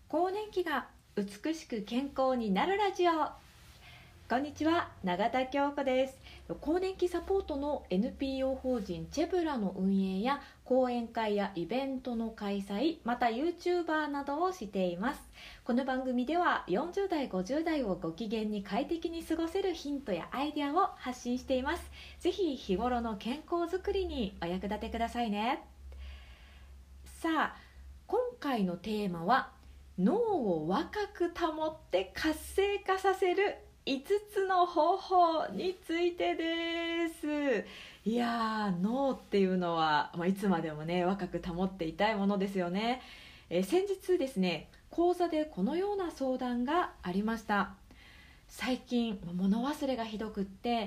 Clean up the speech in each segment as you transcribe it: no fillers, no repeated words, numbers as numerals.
更年期が美しく健康になるラジオ。こんにちは、永田京子です。更年期サポートの NPO 法人チェブラの運営や講演会やイベントの開催、また YouTuber などをしています。この番組では40代50代をご機嫌に快適に過ごせるヒントやアイデアを発信しています。ぜひ日頃の健康づくりにお役立てくださいね。さあ、今回のテーマは脳を若く保って活性化させる5つの方法についてです。いやー、脳っていうのは、いつまでもね若く保っていたいものですよね。先日ですね、講座でこのような相談がありました。最近物忘れがひどくって、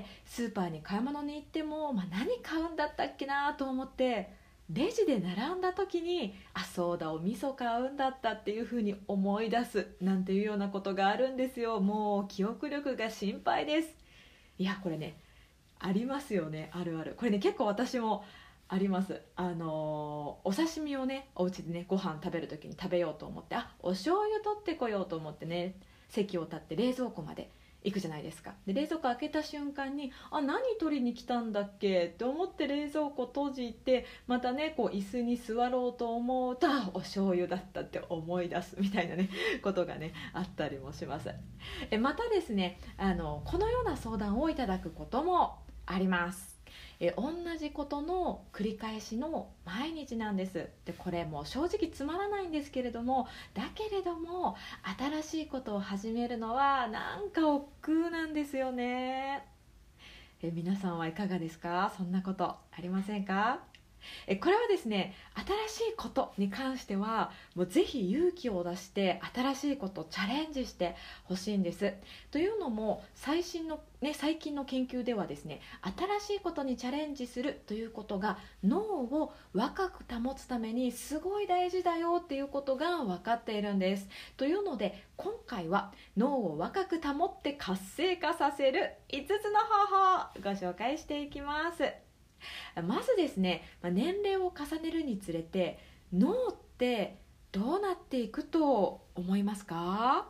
スーパーに買い物に行っても、何買うんだったっけなと思ってレジで並んだ時に、そうだ、お味噌買うんだったっていう風に思い出すなんていうようなことがあるんですよ。もう記憶力が心配です。いや、これね、ありますよね。あるある。これね、結構私もあります。お刺身をね、お家でねご飯食べる時に食べようと思って、お醤油取ってこようと思ってね、席を立って冷蔵庫まで行くじゃないですか。で、冷蔵庫開けた瞬間に、何取りに来たんだっけって思って冷蔵庫閉じて、またねこう椅子に座ろうと思うと、お醤油だったって思い出すみたいなねことがねあったりもします。またですね、このような相談をいただくこともあります。同じことの繰り返しの毎日なんです。で、これもう正直つまらないんですけれども、だけれども新しいことを始めるのはなんか億劫なんですよね。皆さんはいかがですか？そんなことありませんか？これはですね、新しいことに関してはもうぜひ勇気を出して新しいことをチャレンジしてほしいんです。というのも、最近の研究ではですね、新しいことにチャレンジするということが脳を若く保つためにすごい大事だよっていうことが分かっているんです。というので、今回は脳を若く保って活性化させる5つの方法をご紹介していきます。まずですね、年齢を重ねるにつれて脳ってどうなっていくと思いますか？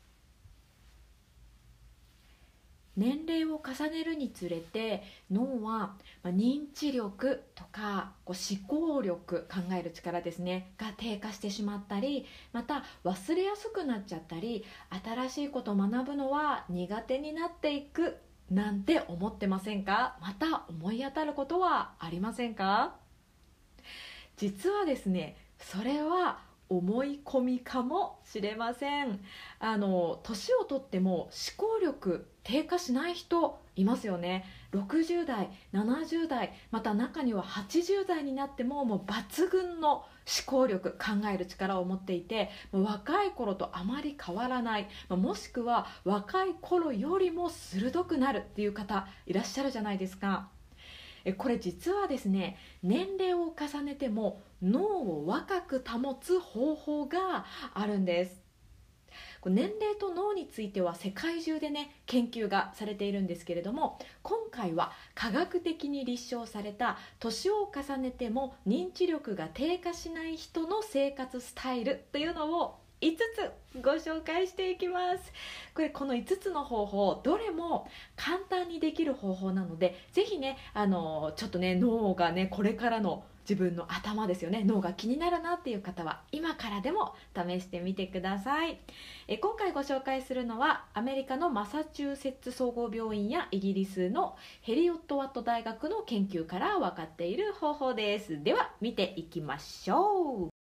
年齢を重ねるにつれて脳は認知力とか思考力、考える力ですねが低下してしまったり、また忘れやすくなっちゃったり、新しいことを学ぶのは苦手になっていくなんて思ってませんか？また思い当たることはありませんか？実はですね、それは思い込みかもしれません。年をとっても思考力低下しない人いますよね。60代70代、また中には80代になってももう抜群の思考力、考える力を持っていて、若い頃とあまり変わらない、もしくは若い頃よりも鋭くなるっていう方いらっしゃるじゃないですか。これ実はですね、年齢を重ねても脳を若く保つ方法があるんです。年齢と脳については世界中でね研究がされているんですけれども、今回は科学的に立証された年を重ねても認知力が低下しない人の生活スタイルというのを5つご紹介していきます。この5つの方法、どれも簡単にできる方法なので、ぜひねちょっとね脳がねこれからの自分の頭ですよね、脳が気になるなっていう方は今からでも試してみてください。今回ご紹介するのはアメリカのマサチューセッツ総合病院やイギリスのヘリオットワット大学の研究から分かっている方法です。では見ていきましょう。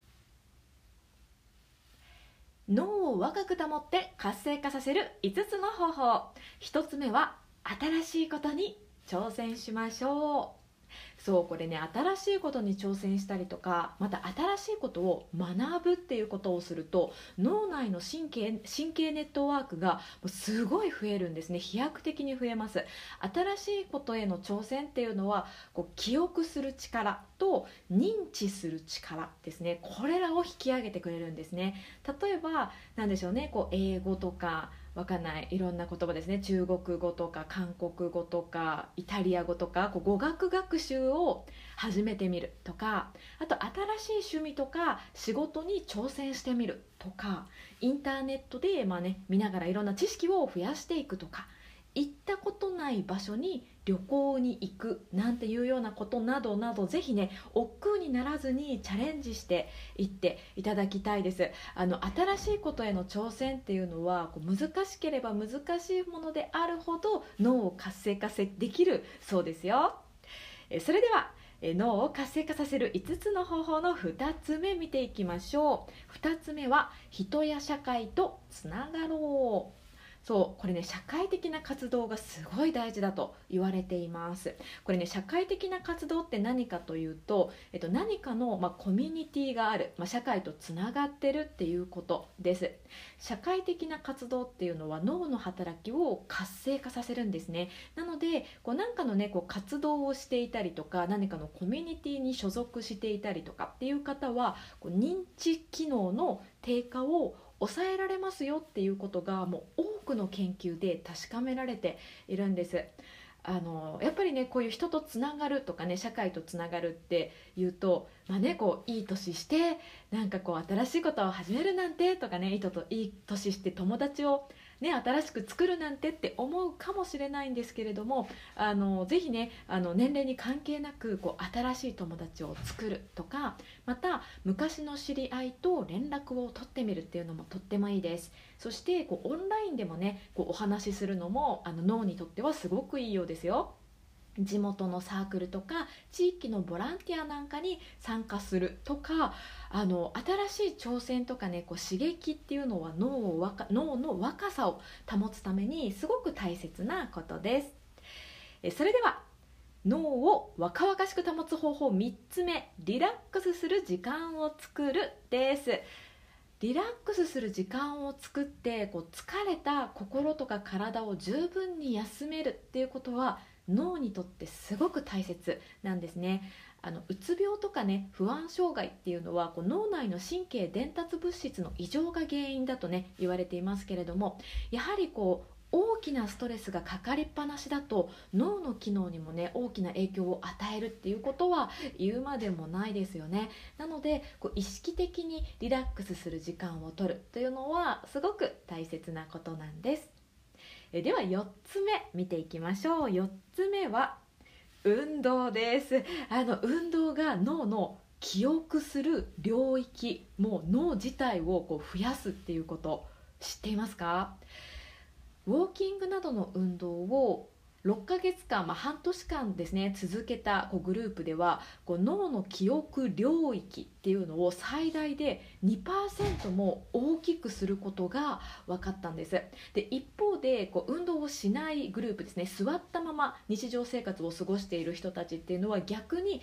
脳を若く保って活性化させる5つの方法。1つ目は新しいことに挑戦しましょう。そう、これね、新しいことに挑戦したりとか、また新しいことを学ぶっていうことをすると、脳内の神経ネットワークがもうすごい増えるんですね。飛躍的に増えます。新しいことへの挑戦っていうのは記憶する力と認知する力ですね、これらを引き上げてくれるんですね。例えば何でしょうね、英語とかわかんないいろんな言葉ですね、中国語とか韓国語とかイタリア語とか語学学習をを始めてみるとか、あと新しい趣味とか仕事に挑戦してみるとか、インターネットで見ながらいろんな知識を増やしていくとか、行ったことない場所に旅行に行くなんていうようなことなどなど、ぜひね億劫にならずにチャレンジしていっていただきたいです。新しいことへの挑戦っていうのは難しければ難しいものであるほど脳を活性化できるそうですよ。それでは脳を活性化させる5つの方法の2つ目見ていきましょう。2つ目は人や社会とつながろう。そうこれね、社会的な活動がすごい大事だと言われています。これね、社会的な活動って何かというと、何かの、コミュニティがある、社会とつながってるっていうことです。社会的な活動っていうのは脳の働きを活性化させるんですね。なので何かのね活動をしていたりとか、何かのコミュニティに所属していたりとかっていう方は認知機能の低下を抑えられますよっていうことがもう多くの研究で確かめられているんです。やっぱりね、こういう人とつながるとかね、社会とつながるっていうと、いい年してなんか新しいことを始めるなんてとかね、いい年して友達をね新しく作るなんてって思うかもしれないんですけれども、ぜひね年齢に関係なく新しい友達を作るとか、また昔の知り合いと連絡を取ってみるっていうのもとってもいいです。そしてオンラインでもねお話しするのも脳にとってはすごくいいようですよ。地元のサークルとか地域のボランティアなんかに参加するとか、新しい挑戦とかね刺激っていうのは脳の若さを保つためにすごく大切なことです。それでは脳を若々しく保つ方法3つ目、リラックスする時間を作るです。リラックスする時間を作って疲れた心とか体を十分に休めるっていうことは脳にとってすごく大切なんですね。うつ病とかね不安障害っていうのは脳内の神経伝達物質の異常が原因だとね言われていますけれども、やはり大きなストレスがかかりっぱなしだと脳の機能にもね大きな影響を与えるっていうことは言うまでもないですよね。なので意識的にリラックスする時間を取るというのはすごく大切なことなんです。では4つ目見ていきましょう。4つ目は運動です。運動が脳の記憶する領域、もう脳自体を増やすっていうこと知っていますか？ウォーキングなどの運動を6ヶ月間、半年間ですね続けたグループでは脳の記憶領域っていうのを最大で 2% も大きくすることが分かったんです。で一方で運動をしないグループですね、座ったまま日常生活を過ごしている人たちっていうのは逆に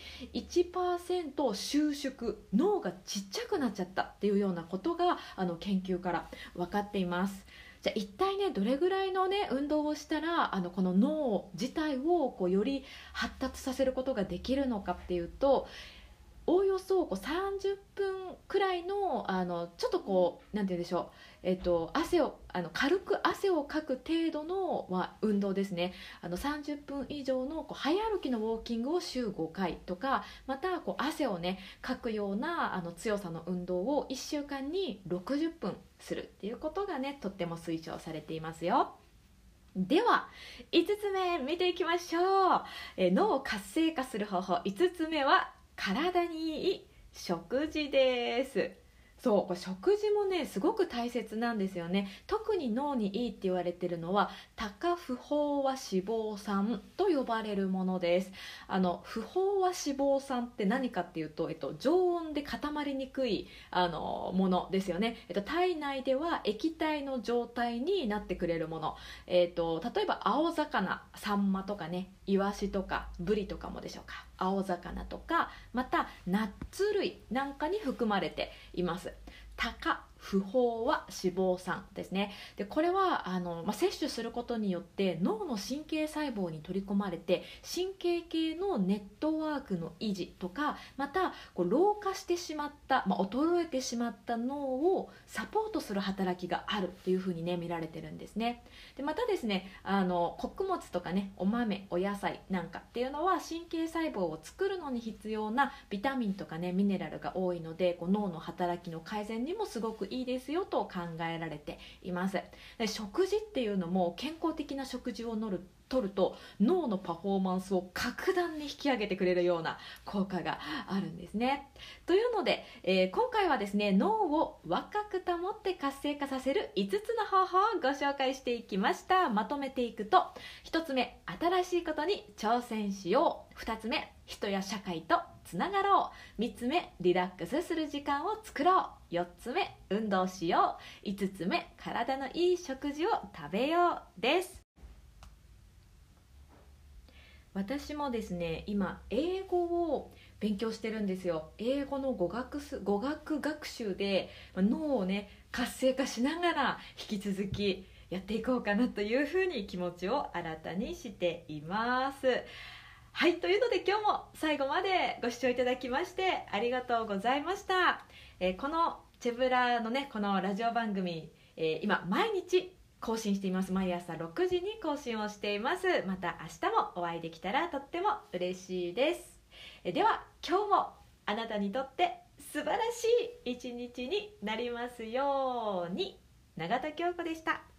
1% 収縮、脳がちっちゃくなっちゃったっていうようなことが研究から分かっています。じゃあ一体ねどれぐらいのね運動をしたらこの脳自体をより発達させることができるのかっていうと、おおよそ30分くらいのちょっとなんて言うんでしょう、軽く汗をかく程度の、運動ですね。30分以上の早歩きのウォーキングを週5回とか、また汗をねかくような強さの運動を1週間に60分するっていうことがねとっても推奨されていますよ。では5つ目見ていきましょう。脳を活性化する方法5つ目は体にいい食事です。そう、食事もねすごく大切なんですよね。特に脳にいいって言われているのは多価不飽和脂肪酸と呼ばれるものです。不飽和脂肪酸って何かっていうと、常温で固まりにくいものですよね。体内では液体の状態になってくれるもの、例えば青魚、サンマとかね、イワシとかブリとかもでしょうか。青魚とかまたナッツ類なんかに含まれています。多価不飽和脂肪酸ですね。でこれは摂取することによって脳の神経細胞に取り込まれて、神経系のネットワークの維持とか、また老化してしまった、衰えてしまった脳をサポートする働きがあるっていうふうにね見られてるんですね。でまたですね、穀物とかね、お豆、お野菜なんかっていうのは神経細胞を作るのに必要なビタミンとかね、ミネラルが多いので、脳の働きの改善にもすごくいいですよと考えられています。で食事っていうのも、健康的な食事を取ると脳のパフォーマンスを格段に引き上げてくれるような効果があるんですね。というので、今回はですね、脳を若く保って活性化させる5つの方法をご紹介していきました。まとめていくと、1つ目、新しいことに挑戦しよう。2つ目、人や社会とつながろう。3つ目、リラックスする時間を作ろう。4つ目、運動しよう。5つ目、体のいい食事を食べようです。私もですね、今英語を勉強してるんですよ。英語の語学学習で脳をね活性化しながら引き続きやっていこうかなというふうに気持ちを新たにしています。はい、というので今日も最後までご視聴いただきましてありがとうございました。このチェブラのね、このラジオ番組、今毎日更新しています。毎朝6時に更新をしています。また明日もお会いできたらとっても嬉しいです。では今日もあなたにとって素晴らしい一日になりますように。永田京子でした。